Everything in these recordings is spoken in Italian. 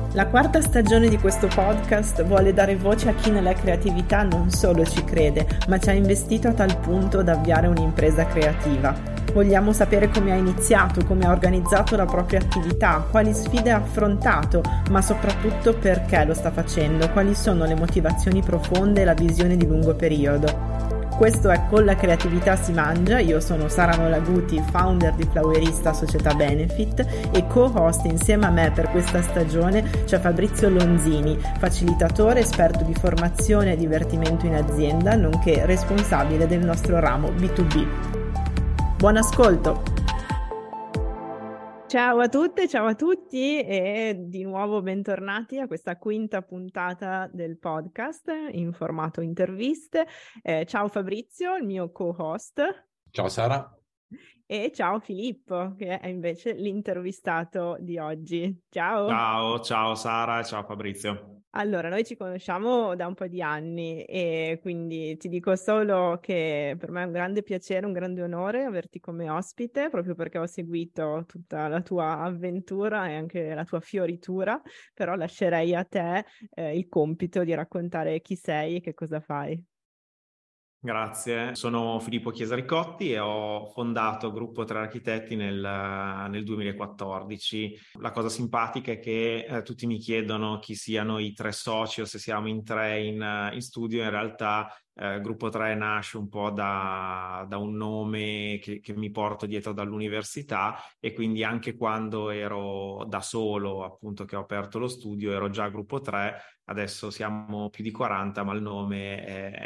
La quarta stagione di questo podcast vuole dare voce a chi nella creatività non solo ci crede, ma ci ha investito a tal punto da avviare un'impresa creativa. Vogliamo sapere come ha iniziato, come ha organizzato la propria attività, quali sfide ha affrontato, ma soprattutto perché lo sta facendo, quali sono le motivazioni profonde e la visione di lungo periodo. Questo è Con la creatività si mangia, io sono Sara Nolaguti, founder di Flowerista Società Benefit e co-host insieme a me per questa stagione c'è Fabrizio Lonzini, facilitatore, esperto di formazione e divertimento in azienda, nonché responsabile del nostro ramo B2B. Buon ascolto! Ciao a tutte, ciao a tutti e di nuovo bentornati a questa quinta puntata del podcast in formato interviste. Ciao Fabrizio, il mio co-host. Ciao Sara. E ciao Filippo, che è invece l'intervistato di oggi. Ciao! Ciao Sara e ciao Fabrizio. Allora, noi ci conosciamo da un po' di anni e quindi ti dico solo che per me è un grande piacere, un grande onore averti come ospite, proprio perché ho seguito tutta la tua avventura e anche la tua fioritura, però lascerei a te il compito di raccontare chi sei e che cosa fai. Grazie, sono Filippo Chiesaricotti e ho fondato Gruppo Tre Architetti nel 2014. La cosa simpatica è che tutti mi chiedono chi siano i tre soci o se siamo in tre in studio. In realtà Gruppo 3 nasce un po' da un nome che mi porto dietro dall'università, e quindi anche quando ero da solo, appunto, che ho aperto lo studio, ero già Gruppo 3. Adesso siamo più di 40, ma il nome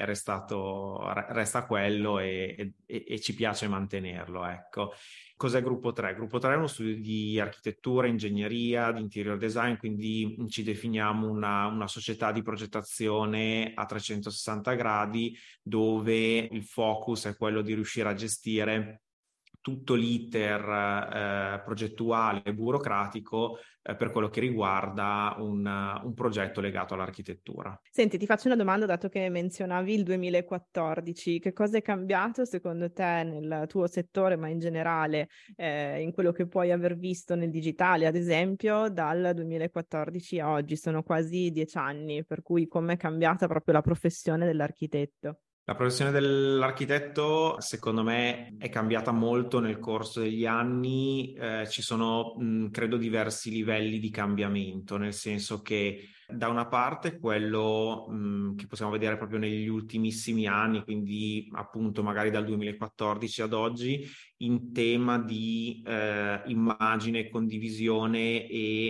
resta quello e ci piace mantenerlo, ecco. Cos'è Gruppo 3? Gruppo 3 è uno studio di architettura, ingegneria, di interior design, quindi ci definiamo una società di progettazione a 360 gradi, dove il focus è quello di riuscire a gestire tutto l'iter progettuale e burocratico per quello che riguarda un progetto legato all'architettura. Senti, ti faccio una domanda, dato che menzionavi il 2014. Che cosa è cambiato secondo te nel tuo settore, ma in generale in quello che puoi aver visto nel digitale, ad esempio, dal 2014 a oggi? Sono quasi 10 anni, per cui com'è cambiata proprio la professione dell'architetto? La professione dell'architetto, secondo me, è cambiata molto nel corso degli anni. Ci sono, credo, diversi livelli di cambiamento, nel senso che da una parte quello che possiamo vedere proprio negli ultimissimi anni, quindi appunto magari dal 2014 ad oggi, in tema di immagine, condivisione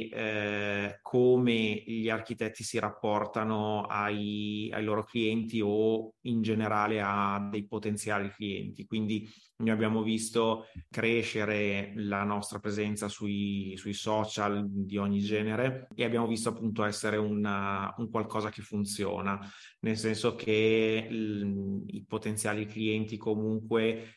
e come gli architetti si rapportano ai loro clienti o in generale a dei potenziali clienti. Quindi noi abbiamo visto crescere la nostra presenza sui social di ogni genere e abbiamo visto appunto essere un qualcosa che funziona, nel senso che i potenziali clienti comunque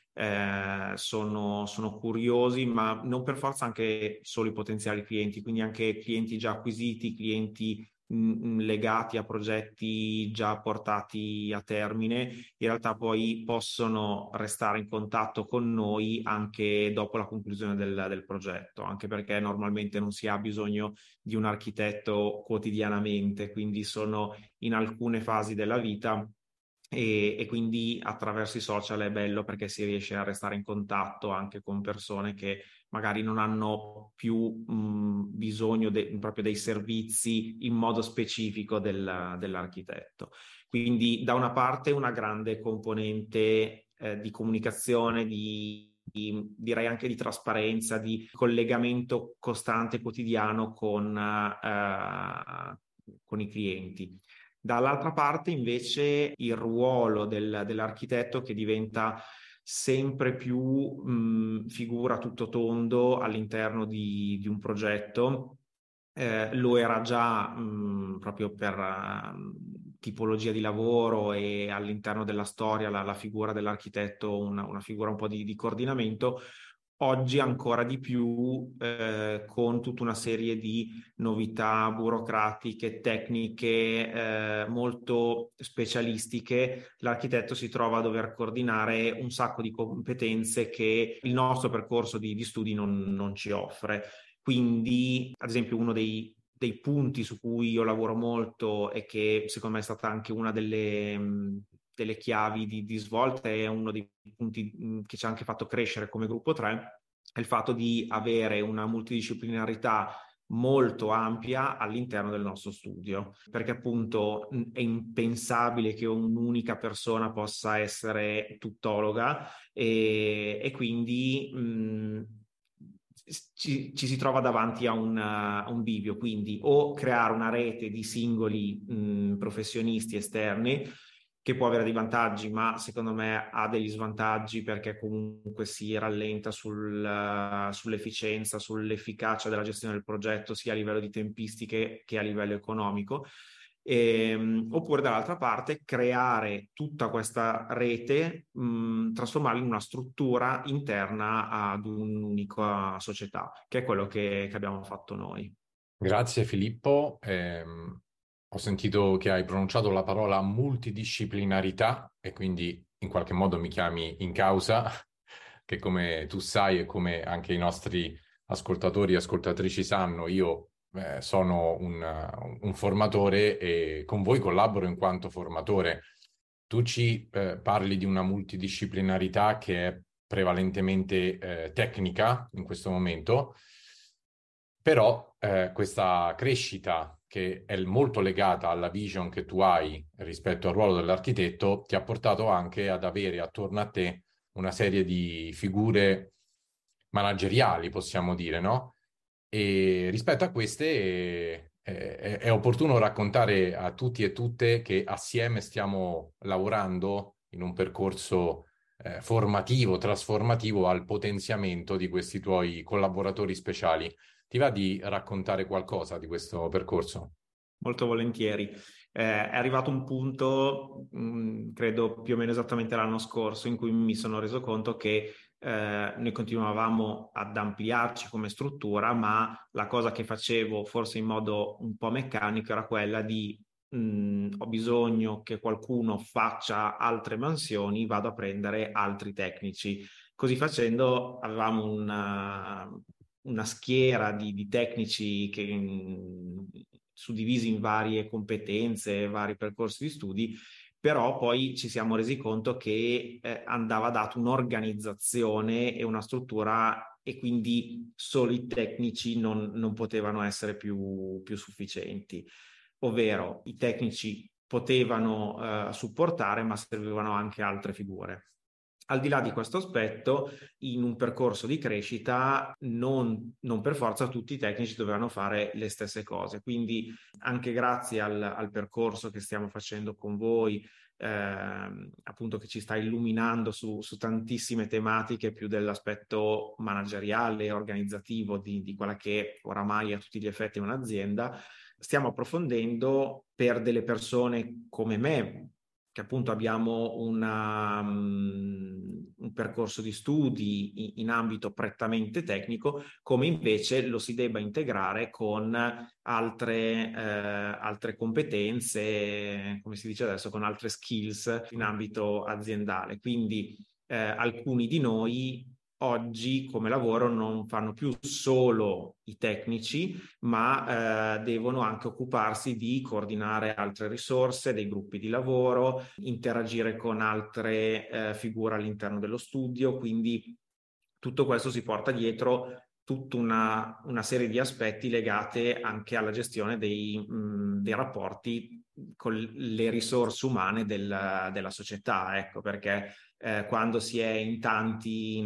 sono curiosi, ma non per forza anche solo i potenziali clienti, quindi anche clienti già acquisiti, clienti legati a progetti già portati a termine, in realtà poi possono restare in contatto con noi anche dopo la conclusione del progetto, anche perché normalmente non si ha bisogno di un architetto quotidianamente, quindi sono in alcune fasi della vita. E quindi attraverso i social è bello perché si riesce a restare in contatto anche con persone che magari non hanno più bisogno proprio dei servizi in modo specifico dell'architetto. Quindi da una parte una grande componente di comunicazione, direi anche di trasparenza, di collegamento costante quotidiano con i clienti. Dall'altra parte invece il ruolo dell'architetto, che diventa sempre più figura tutto tondo all'interno di un progetto. Lo era già proprio per tipologia di lavoro e all'interno della storia la figura dell'architetto, una figura un po' di coordinamento. Oggi ancora di più, con tutta una serie di novità burocratiche, tecniche, molto specialistiche, l'architetto si trova a dover coordinare un sacco di competenze che il nostro percorso di studi non ci offre. Quindi, ad esempio, uno dei dei punti su cui io lavoro molto e che secondo me è stata anche una delle chiavi di svolta, e uno dei punti che ci ha anche fatto crescere come gruppo 3, è il fatto di avere una multidisciplinarità molto ampia all'interno del nostro studio, perché appunto è impensabile che un'unica persona possa essere tuttologa, e quindi ci si trova davanti a un bivio, quindi o creare una rete di singoli professionisti esterni, che può avere dei vantaggi, ma secondo me ha degli svantaggi, perché comunque si rallenta sull'efficienza, sull'efficacia della gestione del progetto, sia a livello di tempistiche che a livello economico. Oppure dall'altra parte creare tutta questa rete, trasformarla in una struttura interna ad un'unica società, che è quello che abbiamo fatto noi. Grazie Filippo. Ho sentito che hai pronunciato la parola multidisciplinarità e quindi in qualche modo mi chiami in causa, che come tu sai e come anche i nostri ascoltatori e ascoltatrici sanno, io sono un formatore e con voi collaboro in quanto formatore. Tu ci parli di una multidisciplinarità che è prevalentemente tecnica in questo momento, però questa crescita che è molto legata alla vision che tu hai rispetto al ruolo dell'architetto ti ha portato anche ad avere attorno a te una serie di figure manageriali, possiamo dire, no? E rispetto a queste è opportuno raccontare a tutti e tutte che assieme stiamo lavorando in un percorso formativo, trasformativo al potenziamento di questi tuoi collaboratori speciali. Ti va di raccontare qualcosa di questo percorso? Molto volentieri. È arrivato un punto, credo più o meno esattamente l'anno scorso, in cui mi sono reso conto che noi continuavamo ad ampliarci come struttura, ma la cosa che facevo forse in modo un po' meccanico era quella di ho bisogno che qualcuno faccia altre mansioni, vado a prendere altri tecnici. Così facendo avevamo una schiera di tecnici che, suddivisi in varie competenze, vari percorsi di studi, però poi ci siamo resi conto che andava data un'organizzazione e una struttura, e quindi solo i tecnici non potevano essere più sufficienti, ovvero i tecnici potevano supportare, ma servivano anche altre figure. Al di là di questo aspetto, in un percorso di crescita non per forza tutti i tecnici dovevano fare le stesse cose. Quindi anche grazie al percorso che stiamo facendo con voi, appunto, che ci sta illuminando su tantissime tematiche, più dell'aspetto manageriale e organizzativo di quella che oramai a tutti gli effetti è un'azienda, stiamo approfondendo per delle persone come me, che appunto abbiamo un percorso di studi in ambito prettamente tecnico, come invece lo si debba integrare con altre competenze, come si dice adesso, con altre skills in ambito aziendale. Quindi alcuni di noi oggi come lavoro non fanno più solo i tecnici, ma devono anche occuparsi di coordinare altre risorse, dei gruppi di lavoro, interagire con altre figure all'interno dello studio. Quindi tutto questo si porta dietro tutta una serie di aspetti legati anche alla gestione dei rapporti con le risorse umane della società, ecco, perché quando si è in tanti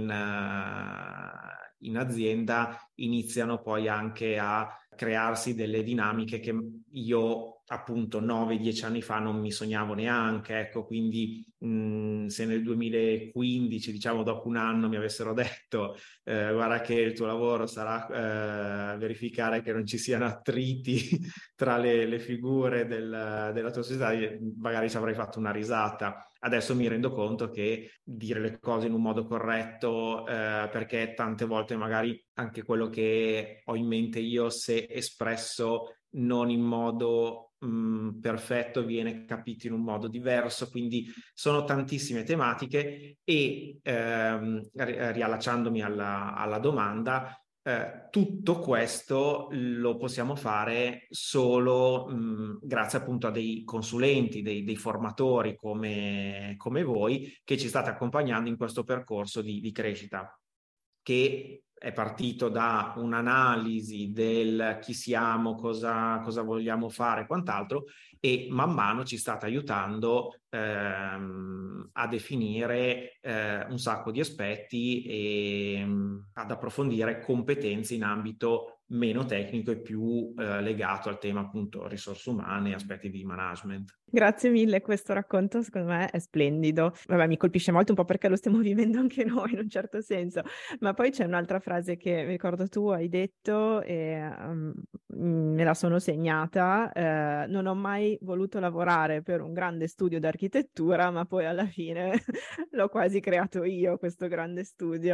in azienda iniziano poi anche a crearsi delle dinamiche che io appunto 9-10 anni fa non mi sognavo neanche, ecco. Quindi se nel 2015, diciamo dopo un anno, mi avessero detto guarda che il tuo lavoro sarà verificare che non ci siano attriti tra le figure della tua società, magari ci avrei fatto una risata. Adesso mi rendo conto che dire le cose in un modo corretto, perché tante volte magari anche quello che ho in mente io, se espresso non in modo perfetto, viene capito in un modo diverso. Quindi sono tantissime tematiche e riallacciandomi alla domanda, Tutto questo lo possiamo fare solo grazie appunto a dei consulenti, dei formatori come voi che ci state accompagnando in questo percorso di crescita, che è partito da un'analisi del chi siamo, cosa vogliamo fare, quant'altro, e man mano ci state aiutando a definire un sacco di aspetti e ad approfondire competenze in ambito meno tecnico e più legato al tema appunto risorse umane e aspetti di management. Grazie mille, questo racconto secondo me è splendido. Vabbè, mi colpisce molto un po' perché lo stiamo vivendo anche noi in un certo senso, ma poi c'è un'altra frase che mi ricordo tu hai detto e me la sono segnata. Non ho mai voluto lavorare per un grande studio d'architettura, ma poi alla fine l'ho quasi creato io, questo grande studio.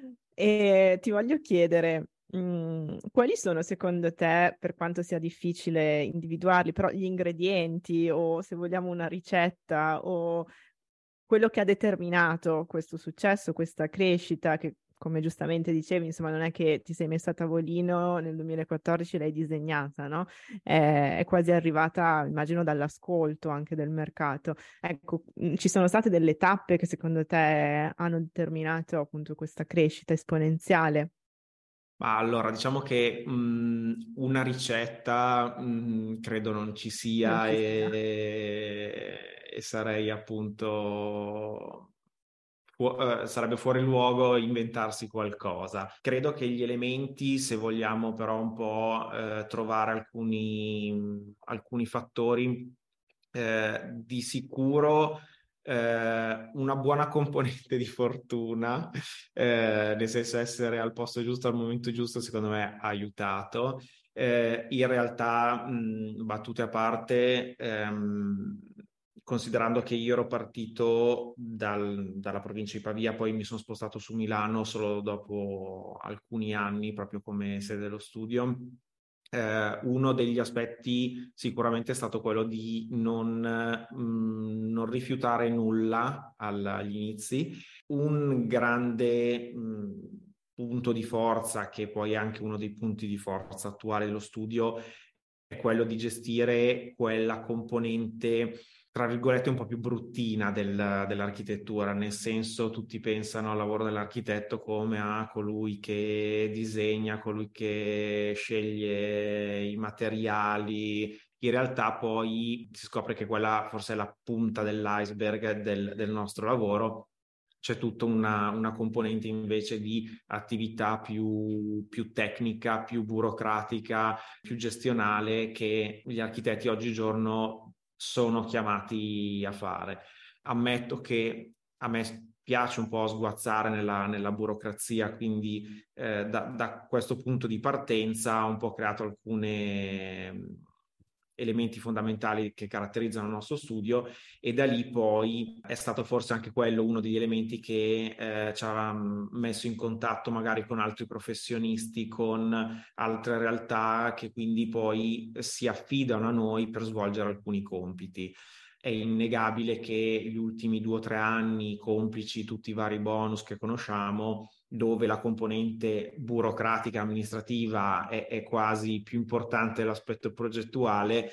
E ti voglio chiedere, quali sono secondo te, per quanto sia difficile individuarli, però gli ingredienti o se vogliamo una ricetta o quello che ha determinato questo successo, questa crescita che come giustamente dicevi, insomma, non è che ti sei messa a tavolino nel 2014 e l'hai disegnata, no? È quasi arrivata, immagino, dall'ascolto anche del mercato. Ecco, ci sono state delle tappe che secondo te hanno determinato appunto questa crescita esponenziale? Ma allora, diciamo che una ricetta credo non ci Non sia ci sia. e sarei appunto sarebbe fuori luogo inventarsi qualcosa. Credo che gli elementi, se vogliamo però un po' trovare alcuni fattori, di sicuro una buona componente di fortuna, nel senso essere al posto giusto al momento giusto, secondo me ha aiutato. In realtà, battute a parte, considerando che io ero partito dalla provincia di Pavia, poi mi sono spostato su Milano solo dopo alcuni anni, proprio come sede dello studio. Uno degli aspetti sicuramente è stato quello di non rifiutare nulla agli inizi. Un grande punto di forza, che poi è anche uno dei punti di forza attuale dello studio, è quello di gestire quella componente, tra virgolette, un po' più bruttina dell'architettura, nel senso tutti pensano al lavoro dell'architetto come a colui che disegna, colui che sceglie i materiali. In realtà poi si scopre che quella forse è la punta dell'iceberg del nostro lavoro. C'è tutta una componente invece di attività più tecnica, più burocratica, più gestionale che gli architetti oggigiorno sono chiamati a fare. Ammetto che a me piace un po' sguazzare nella burocrazia, quindi da questo punto di partenza ho un po' creato alcune elementi fondamentali che caratterizzano il nostro studio e da lì poi è stato forse anche quello uno degli elementi che ci ha messo in contatto magari con altri professionisti, con altre realtà che quindi poi si affidano a noi per svolgere alcuni compiti. È innegabile che gli ultimi 2 o 3 anni, complici tutti i vari bonus che conosciamo, dove la componente burocratica amministrativa è quasi più importante dell'aspetto progettuale,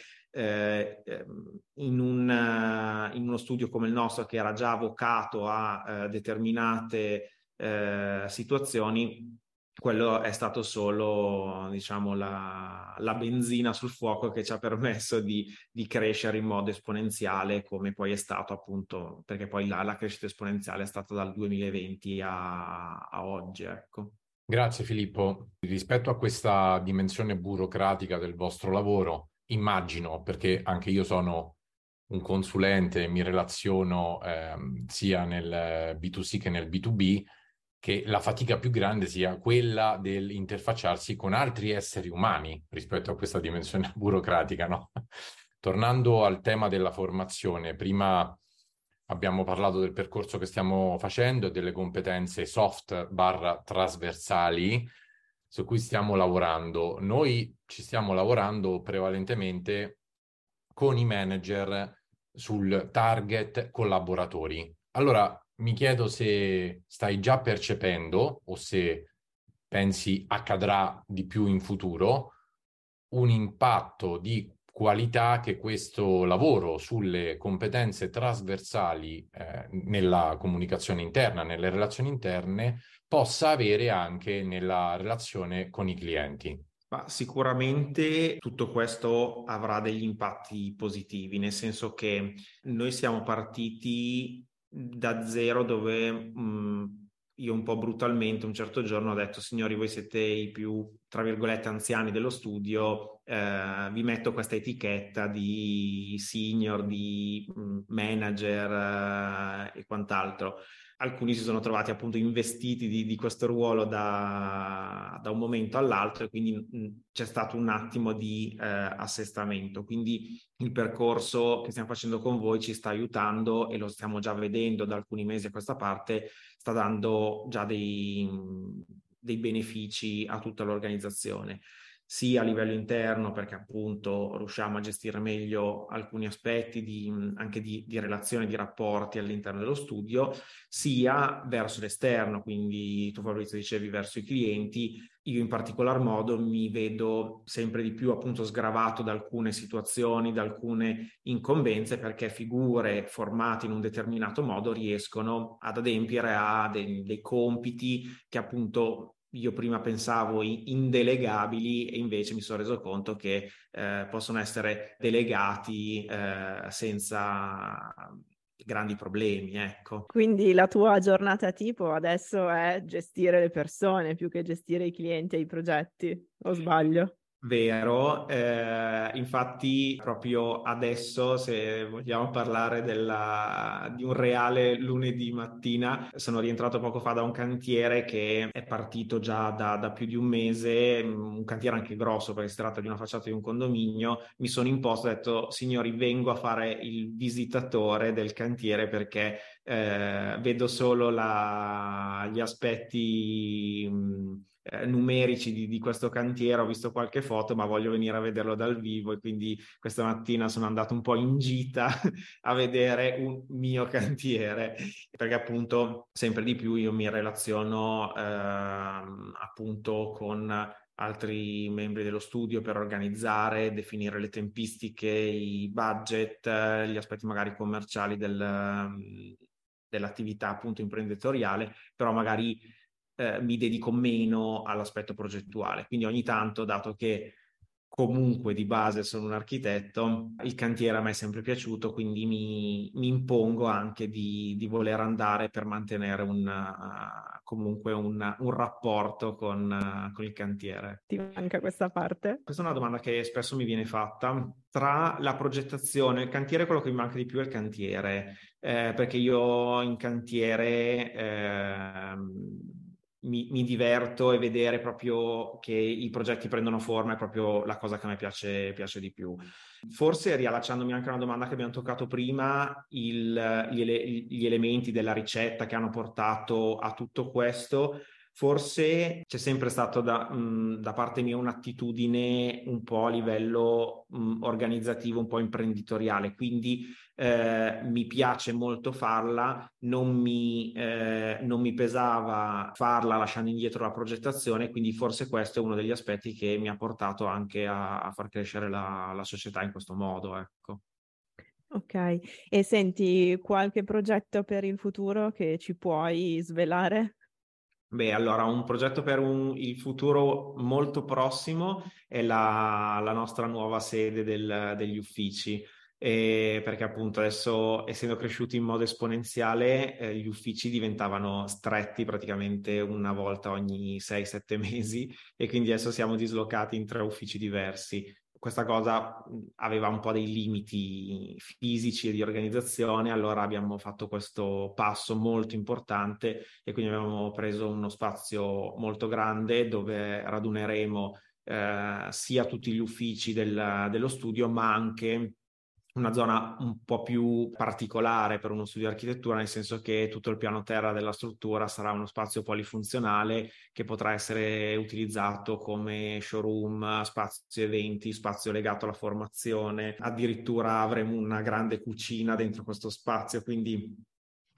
in uno studio come il nostro che era già avocato a determinate situazioni, quello è stato solo, diciamo, la benzina sul fuoco che ci ha permesso di crescere in modo esponenziale, come poi è stato appunto, perché poi la crescita esponenziale è stata dal 2020 a oggi, ecco. Grazie Filippo. Rispetto a questa dimensione burocratica del vostro lavoro, immagino, perché anche io sono un consulente, mi relaziono sia nel B2C che nel B2B, che la fatica più grande sia quella dell'interfacciarsi con altri esseri umani rispetto a questa dimensione burocratica, no? Tornando al tema della formazione, prima abbiamo parlato del percorso che stiamo facendo e delle competenze soft/trasversali su cui stiamo lavorando. Noi ci stiamo lavorando prevalentemente con i manager sul target collaboratori. Allora, mi chiedo se stai già percependo o se pensi accadrà di più in futuro, un impatto di qualità che questo lavoro sulle competenze trasversali nella comunicazione interna, nelle relazioni interne, possa avere anche nella relazione con i clienti. Ma sicuramente tutto questo avrà degli impatti positivi, nel senso che noi siamo partiti da zero dove io un po' brutalmente un certo giorno ho detto: signori, voi siete i più, tra virgolette, anziani dello studio, vi metto questa etichetta di senior, di manager e quant'altro. Alcuni si sono trovati appunto investiti di questo ruolo da un momento all'altro, e quindi c'è stato un attimo di assestamento. Quindi il percorso che stiamo facendo con voi ci sta aiutando, e lo stiamo già vedendo da alcuni mesi a questa parte, sta dando già dei benefici a tutta l'organizzazione, sia a livello interno, perché appunto riusciamo a gestire meglio alcuni aspetti anche di relazione, di rapporti all'interno dello studio, sia verso l'esterno. Quindi tu, Fabrizio, dicevi verso i clienti. Io in particolar modo mi vedo sempre di più appunto sgravato da alcune situazioni, da alcune incombenze, perché figure formate in un determinato modo riescono ad adempiere a dei compiti che appunto io prima pensavo indelegabili, e invece mi sono reso conto che possono essere delegati senza grandi problemi, ecco. Quindi la tua giornata tipo adesso è gestire le persone più che gestire i clienti e i progetti, o sbaglio? Vero, infatti proprio adesso, se vogliamo parlare di un reale lunedì mattina, sono rientrato poco fa da un cantiere che è partito già da più di un mese, un cantiere anche grosso perché si tratta di una facciata di un condominio. Mi sono imposto, ho detto: signori, vengo a fare il visitatore del cantiere perché vedo solo gli aspetti numerici di questo cantiere. Ho visto qualche foto, ma voglio venire a vederlo dal vivo, e quindi questa mattina sono andato un po' in gita a vedere un mio cantiere, perché appunto sempre di più io mi relaziono appunto con altri membri dello studio per organizzare, definire le tempistiche, i budget, gli aspetti magari commerciali dell'attività appunto imprenditoriale, però magari mi dedico meno all'aspetto progettuale. Quindi ogni tanto, dato che comunque di base sono un architetto, il cantiere a me è sempre piaciuto, quindi mi impongo anche di voler andare per mantenere comunque un rapporto con il cantiere. Ti manca questa parte? Questa è una domanda che spesso mi viene fatta. Tra la progettazione e il cantiere, quello che mi manca di più è il cantiere, perché io in cantiere mi diverto, e vedere proprio che i progetti prendono forma è proprio la cosa che a me piace di più. Forse, riallacciandomi anche a una domanda che abbiamo toccato prima, gli elementi della ricetta che hanno portato a tutto questo. Forse c'è sempre stato da parte mia un'attitudine un po' a livello organizzativo, un po' imprenditoriale, quindi mi piace molto farla, non mi pesava farla lasciando indietro la progettazione, quindi forse questo è uno degli aspetti che mi ha portato anche a far crescere la società in questo modo, ecco. Ok, e senti qualche progetto per il futuro che ci puoi svelare? Beh, allora, un progetto per il futuro molto prossimo è la nostra nuova sede degli uffici, perché appunto adesso, essendo cresciuti in modo esponenziale, gli uffici diventavano stretti praticamente una volta ogni 6-7 mesi, e quindi adesso siamo dislocati in 3 uffici diversi. Questa cosa aveva un po' dei limiti fisici e di organizzazione, allora abbiamo fatto questo passo molto importante, e quindi abbiamo preso uno spazio molto grande dove raduneremo sia tutti gli uffici dello studio, ma anche una zona un po' più particolare per uno studio di architettura, nel senso che tutto il piano terra della struttura sarà uno spazio polifunzionale che potrà essere utilizzato come showroom, spazio eventi, spazio legato alla formazione. Addirittura avremo una grande cucina dentro questo spazio, quindi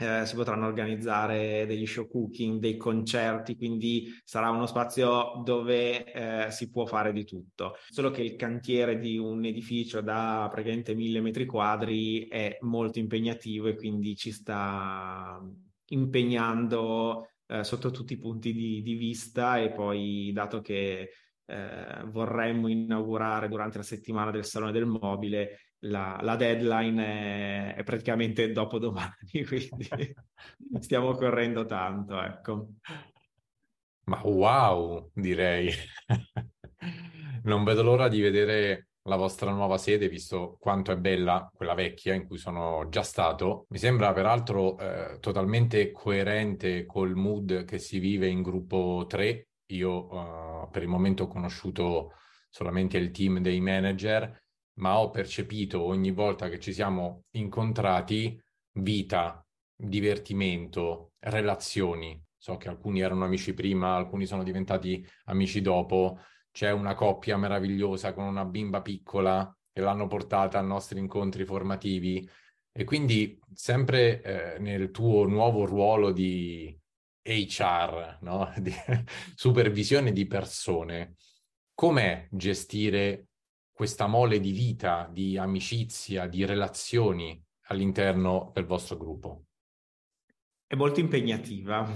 si potranno organizzare degli show cooking, dei concerti, quindi sarà uno spazio dove si può fare di tutto. Solo che il cantiere di un edificio da praticamente 1000 metri quadri è molto impegnativo e quindi ci sta impegnando sotto tutti i punti di vista, e poi dato che vorremmo inaugurare durante la settimana del Salone del Mobile, la deadline è praticamente dopodomani, quindi stiamo correndo tanto, ecco. Ma wow, direi. Non vedo l'ora di vedere la vostra nuova sede, visto quanto è bella quella vecchia in cui sono già stato. Mi sembra peraltro totalmente coerente col mood che si vive in gruppo 3. Io per il momento ho conosciuto solamente il team dei manager, ma ho percepito ogni volta che ci siamo incontrati vita, divertimento, relazioni. So che alcuni erano amici prima, alcuni sono diventati amici dopo. C'è una coppia meravigliosa con una bimba piccola che l'hanno portata ai nostri incontri formativi. E quindi sempre nel tuo nuovo ruolo di HR, no? Di supervisione di persone, com'è gestire questa mole di vita, di amicizia, di relazioni all'interno del vostro gruppo? È molto impegnativa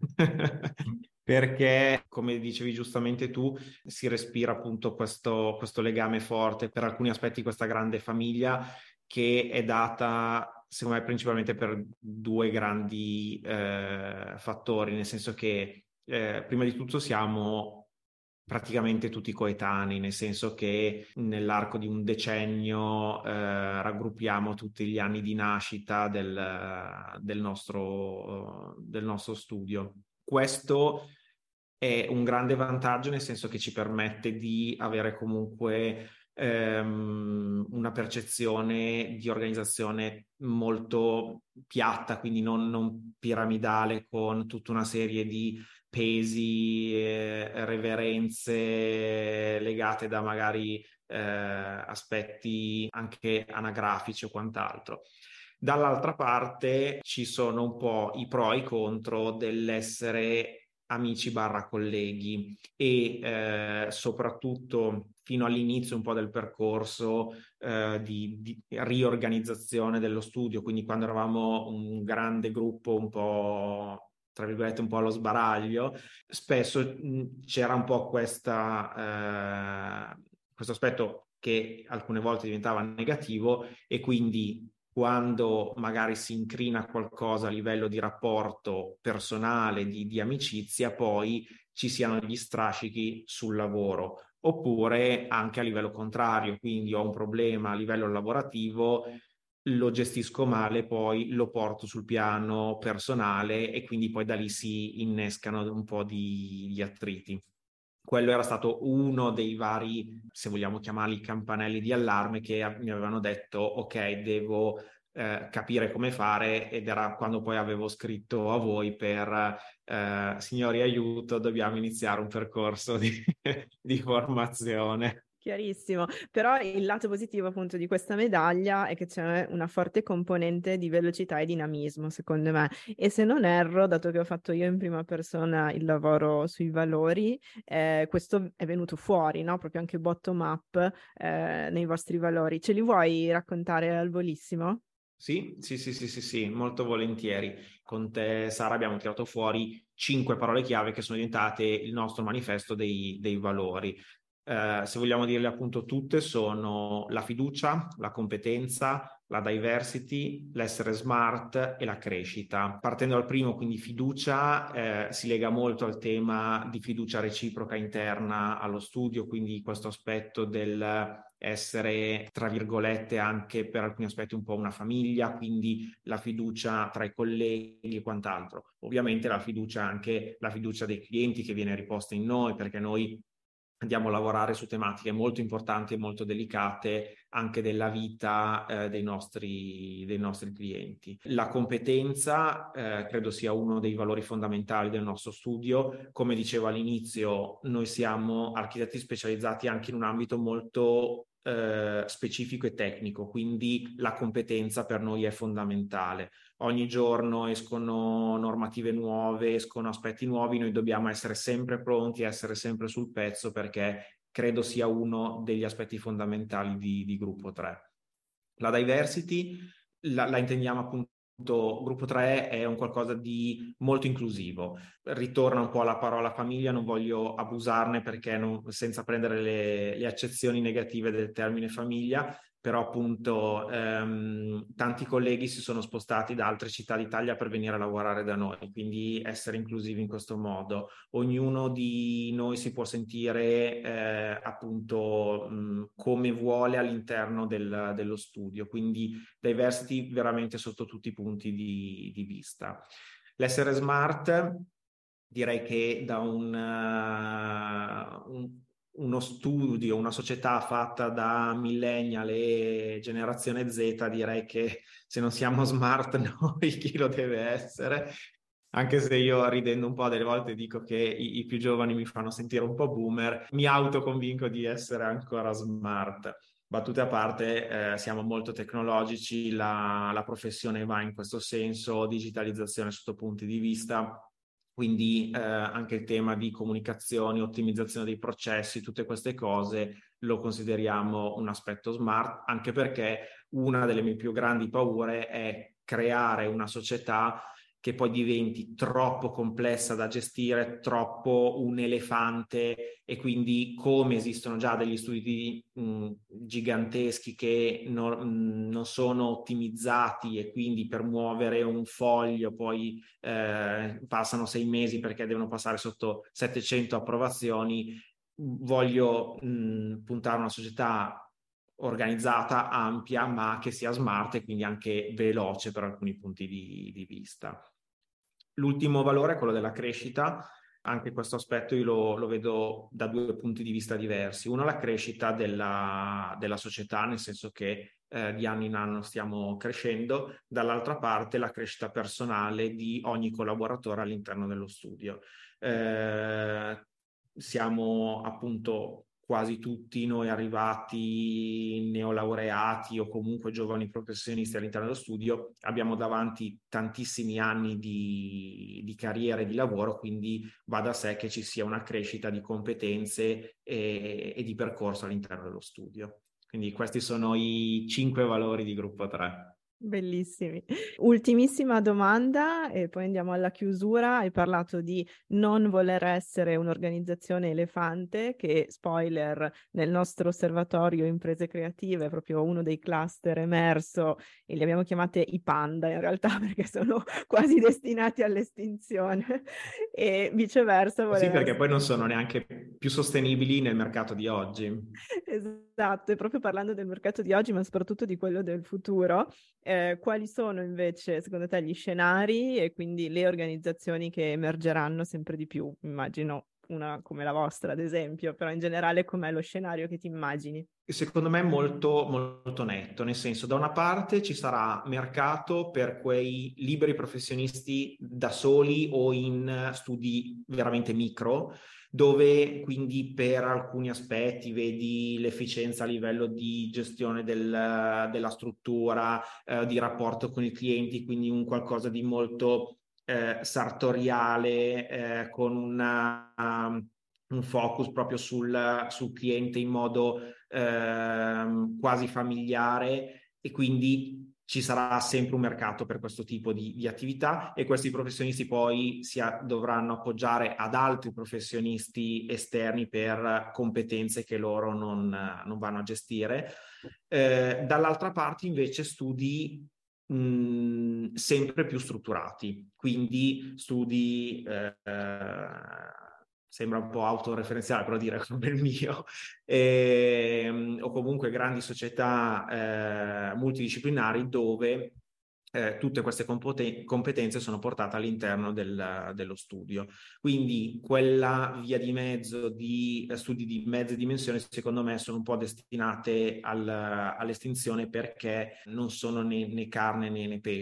perché, come dicevi giustamente tu, si respira appunto questo legame forte, per alcuni aspetti questa grande famiglia che è data, secondo me, principalmente per due grandi fattori, nel senso che prima di tutto siamo praticamente tutti coetanei, nel senso che nell'arco di un decennio raggruppiamo tutti gli anni di nascita del nostro studio. Questo è un grande vantaggio, nel senso che ci permette di avere comunque una percezione di organizzazione molto piatta, quindi non piramidale, con tutta una serie di pesi, reverenze legate da magari aspetti anche anagrafici o quant'altro. Dall'altra parte ci sono un po' i pro e i contro dell'essere amici barra colleghi, e soprattutto fino all'inizio un po' del percorso di riorganizzazione dello studio, quindi quando eravamo un grande gruppo un po', tra virgolette, un po' allo sbaraglio, spesso c'era un po' questo aspetto che alcune volte diventava negativo, e quindi quando magari si incrina qualcosa a livello di rapporto personale, di amicizia, poi ci siano gli strascichi sul lavoro. Oppure anche a livello contrario, quindi ho un problema a livello lavorativo, lo gestisco male, poi lo porto sul piano personale e quindi poi da lì si innescano un po' di attriti. Quello era stato uno dei vari, se vogliamo chiamarli, campanelli di allarme che mi avevano detto: ok, devo capire come fare, ed era quando poi avevo scritto a voi per signori, aiuto, dobbiamo iniziare un percorso di formazione. Chiarissimo, però il lato positivo appunto di questa medaglia è che c'è una forte componente di velocità e dinamismo, secondo me, e se non erro, dato che ho fatto io in prima persona il lavoro sui valori, questo è venuto fuori, no? Proprio anche bottom up nei vostri valori. Ce li vuoi raccontare al volissimo? Sì, molto volentieri. Con te, Sara, abbiamo tirato fuori 5 parole chiave che sono diventate il nostro manifesto dei valori. Se vogliamo dirle appunto tutte, sono la fiducia, la competenza, la diversity, l'essere smart e la crescita. Partendo dal primo, quindi fiducia, si lega molto al tema di fiducia reciproca interna allo studio, quindi questo aspetto del essere, tra virgolette, anche per alcuni aspetti un po' una famiglia, quindi la fiducia tra i colleghi e quant'altro. Ovviamente anche la fiducia dei clienti che viene riposta in noi, perché noi andiamo a lavorare su tematiche molto importanti e molto delicate anche della vita dei nostri clienti. La competenza credo sia uno dei valori fondamentali del nostro studio. Come dicevo all'inizio, noi siamo architetti specializzati anche in un ambito molto specifico e tecnico, quindi la competenza per noi è fondamentale. Ogni giorno escono normative nuove, escono aspetti nuovi, noi dobbiamo essere sempre pronti, essere sempre sul pezzo, perché credo sia uno degli aspetti fondamentali di Gruppo 3. La diversity la intendiamo appunto, Gruppo 3 è un qualcosa di molto inclusivo. Ritorna un po' alla parola famiglia, non voglio abusarne perché senza prendere le accezioni negative del termine famiglia, però appunto tanti colleghi si sono spostati da altre città d'Italia per venire a lavorare da noi, quindi essere inclusivi in questo modo. Ognuno di noi si può sentire appunto come vuole all'interno dello studio, quindi diversity veramente sotto tutti i punti di vista. L'essere smart, direi che da uno studio, una società fatta da millennial e generazione Z, direi che se non siamo smart noi chi lo deve essere? Anche se io, ridendo un po' delle volte, dico che i più giovani mi fanno sentire un po' boomer, mi autoconvinco di essere ancora smart. Battute a parte, siamo molto tecnologici, la professione va in questo senso, digitalizzazione sotto punti di vista, quindi anche il tema di comunicazione, ottimizzazione dei processi, tutte queste cose lo consideriamo un aspetto smart, anche perché una delle mie più grandi paure è creare una società che poi diventi troppo complessa da gestire, troppo un elefante, e quindi come esistono già degli studi giganteschi che non sono ottimizzati, e quindi per muovere un foglio poi passano 6 mesi perché devono passare sotto 700 approvazioni. Voglio puntare a una società organizzata, ampia, ma che sia smart e quindi anche veloce per alcuni punti di vista. L'ultimo valore è quello della crescita. Anche questo aspetto io lo vedo da 2 punti di vista diversi. Uno, la crescita della società, nel senso che di anno in anno stiamo crescendo. Dall'altra parte la crescita personale di ogni collaboratore all'interno dello studio. Siamo appunto quasi tutti noi arrivati neolaureati o comunque giovani professionisti all'interno dello studio, abbiamo davanti tantissimi anni di carriera e di lavoro, quindi va da sé che ci sia una crescita di competenze e di percorso all'interno dello studio. Quindi questi sono i 5 valori di Gruppo 3. Bellissimi. Ultimissima domanda e poi andiamo alla chiusura. Hai parlato di non voler essere un'organizzazione elefante, che, spoiler, nel nostro osservatorio imprese creative è proprio uno dei cluster emerso, e li abbiamo chiamate i panda in realtà perché sono quasi destinati all'estinzione, e viceversa Sì, voler perché poi non sono neanche più sostenibili nel mercato di oggi. Esatto, e proprio parlando del mercato di oggi, ma soprattutto di quello del futuro, quali sono invece, secondo te, gli scenari e quindi le organizzazioni che emergeranno sempre di più? Immagino una come la vostra, ad esempio, però in generale com'è lo scenario che ti immagini? Secondo me è molto, molto netto, nel senso, da una parte ci sarà mercato per quei liberi professionisti da soli o in studi veramente micro, dove quindi per alcuni aspetti vedi l'efficienza a livello di gestione della struttura, di rapporto con i clienti, quindi un qualcosa di molto sartoriale, con un focus proprio sul cliente in modo quasi familiare, e quindi ci sarà sempre un mercato per questo tipo di attività, e questi professionisti poi dovranno appoggiare ad altri professionisti esterni per competenze che loro non vanno a gestire. Dall'altra parte invece studi sempre più strutturati, quindi studi sembra un po' autoreferenziale, però dire come il mio, o comunque grandi società multidisciplinari dove tutte queste competenze sono portate all'interno dello studio. Quindi quella via di mezzo di studi di mezze dimensioni, secondo me, sono un po' destinate all'estinzione, perché non sono né carne né pesce.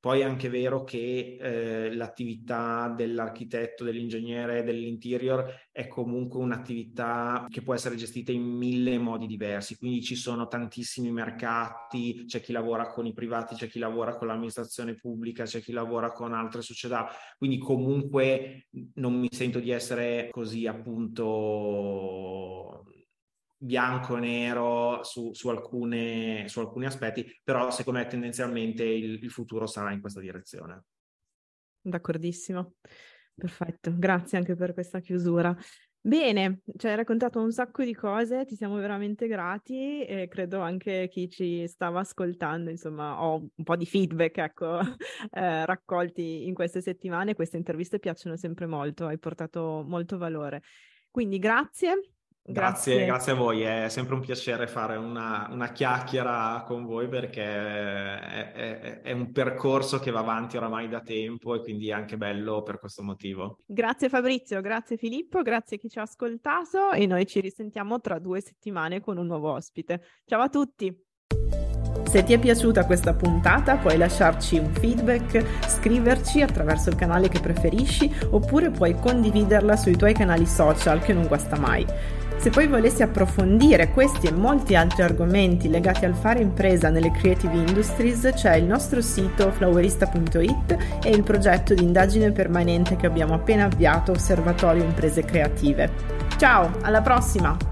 Poi è anche vero che l'attività dell'architetto, dell'ingegnere, dell'interior è comunque un'attività che può essere gestita in 1000 modi diversi, quindi ci sono tantissimi mercati, c'è chi lavora con i privati, c'è chi lavora con l'amministrazione pubblica, c'è chi lavora con altre società, quindi comunque non mi sento di essere così appunto bianco e nero su alcuni aspetti, però secondo me tendenzialmente il futuro sarà in questa direzione. D'accordissimo, perfetto, grazie anche per questa chiusura. Bene, ci hai raccontato un sacco di cose, ti siamo veramente grati e credo anche chi ci stava ascoltando, insomma, ho un po' di feedback, ecco, raccolti in queste settimane. Queste interviste piacciono sempre molto, hai portato molto valore. Quindi grazie. Grazie a voi, è sempre un piacere fare una chiacchiera con voi, perché è un percorso che va avanti oramai da tempo e quindi è anche bello per questo motivo. Grazie Fabrizio, grazie Filippo, grazie a chi ci ha ascoltato e noi ci risentiamo tra 2 settimane con un nuovo ospite. Ciao a tutti! Se ti è piaciuta questa puntata puoi lasciarci un feedback, scriverci attraverso il canale che preferisci oppure puoi condividerla sui tuoi canali social, che non guasta mai. Se poi volessi approfondire questi e molti altri argomenti legati al fare impresa nelle creative industries, c'è il nostro sito flowerista.it e il progetto di indagine permanente che abbiamo appena avviato, Osservatorio Imprese Creative. Ciao, alla prossima!